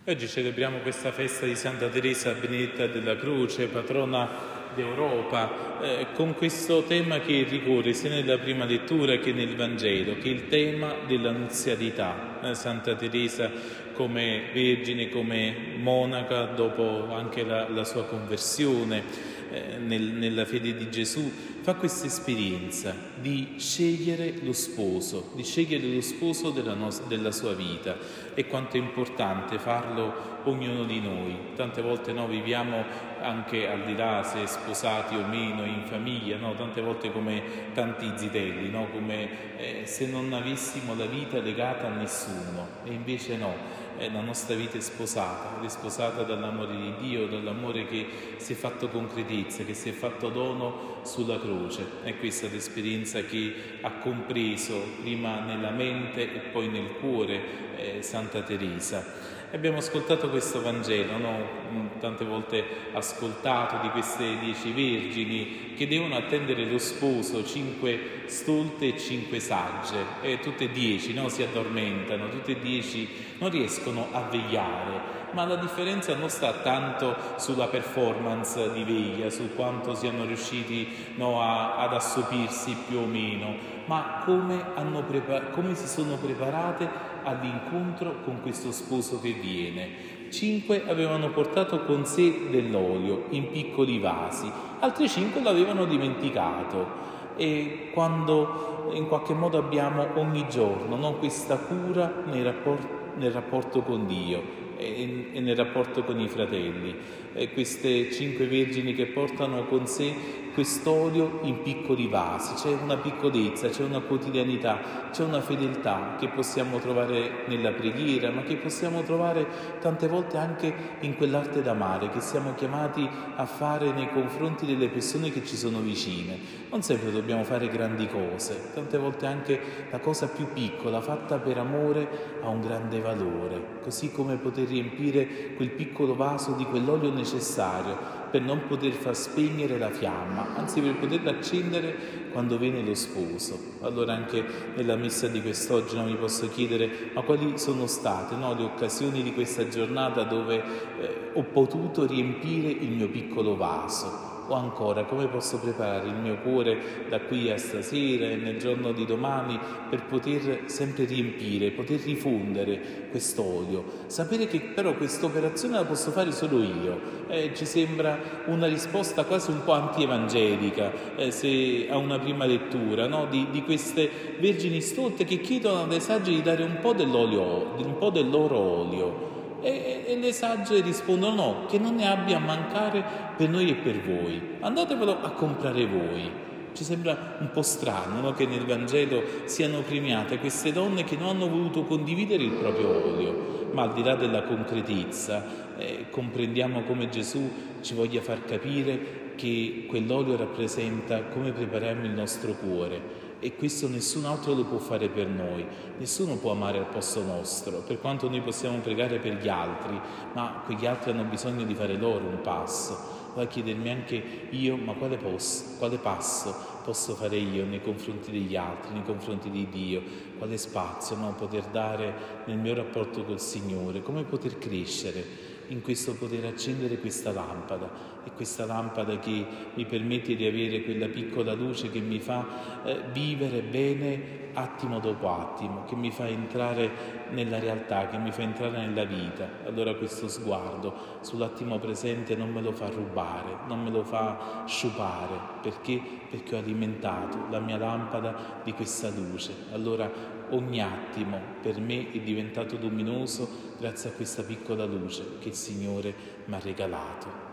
Oggi celebriamo questa festa di Santa Teresa Benedetta della Croce, patrona d'Europa, con questo tema che ricorre sia nella prima lettura che nel Vangelo, che è il tema della nuzialità. Santa Teresa come vergine, come monaca, dopo anche la sua conversione nella fede di Gesù, fa questa esperienza di scegliere lo sposo, della sua vita, e quanto è importante farlo ognuno di noi. Tante volte viviamo anche al di là se sposati o meno, in famiglia, tante volte come tanti zitelli, come se non avessimo la vita legata a nessuno, e invece la nostra vita è sposata dall'amore di Dio, dall'amore che si è fatto concretezza, che si è fatto dono sulla croce. È questa l'esperienza che ha compreso prima nella mente e poi nel cuore Santa Teresa. Abbiamo ascoltato questo Vangelo, tante volte ascoltato, di queste 10 vergini che devono attendere lo sposo, 5 stolte e 5 sagge, e tutte e 10 si addormentano, tutte e 10 non riescono a vegliare. Ma la differenza non sta tanto sulla performance di veglia, su quanto siano riusciti ad assopirsi più o meno, ma come si sono preparate all'incontro con questo sposo che viene. 5 avevano portato con sé dell'olio in piccoli vasi, altri 5 l'avevano dimenticato. E quando in qualche modo abbiamo ogni giorno questa cura nel rapporto con Dio e nel rapporto con i fratelli, queste 5 vergini che portano con sé quest'olio in piccoli vasi, c'è una piccolezza, c'è una quotidianità, c'è una fedeltà che possiamo trovare nella preghiera, ma che possiamo trovare tante volte anche in quell'arte d'amare che siamo chiamati a fare nei confronti delle persone che ci sono vicine. Non sempre dobbiamo fare grandi cose, tante volte anche la cosa più piccola fatta per amore ha un grande valore, così come poter riempire quel piccolo vaso di quell'olio necessario per non poter far spegnere la fiamma, anzi per poterla accendere quando viene lo sposo. Allora anche nella messa di quest'oggi mi posso chiedere: ma quali sono state le occasioni di questa giornata dove ho potuto riempire il mio piccolo vaso? O ancora, come posso preparare il mio cuore da qui a stasera e nel giorno di domani per poter sempre riempire, poter rifondere quest'olio? Sapere che però questa operazione la posso fare solo io. Ci sembra una risposta quasi un po' anti-evangelica, se a una prima lettura, di queste vergini stolte che chiedono alle sagge di dare un po' del loro olio. E le sagge rispondono: che non ne abbia a mancare per noi e per voi, andatevelo a comprare voi. Ci sembra un po' strano che nel Vangelo siano premiate queste donne che non hanno voluto condividere il proprio olio, ma al di là della concretezza comprendiamo come Gesù ci voglia far capire che quell'olio rappresenta come prepariamo il nostro cuore. E questo nessun altro lo può fare per noi, nessuno può amare al posto nostro, per quanto noi possiamo pregare per gli altri, ma quegli altri hanno bisogno di fare loro un passo. Va a chiedermi anche io: ma quale passo posso fare io nei confronti degli altri, nei confronti di Dio? Quale spazio poter dare nel mio rapporto col Signore? Come poter crescere in questo, poter accendere questa lampada, e questa lampada che mi permette di avere quella piccola luce che mi fa vivere bene attimo dopo attimo, che mi fa entrare nella realtà, che mi fa entrare nella vita. Allora questo sguardo sull'attimo presente non me lo fa rubare, non me lo fa sciupare, perché ho alimentato la mia lampada di questa luce. Allora ogni attimo per me è diventato luminoso grazie a questa piccola luce che il Signore mi ha regalato.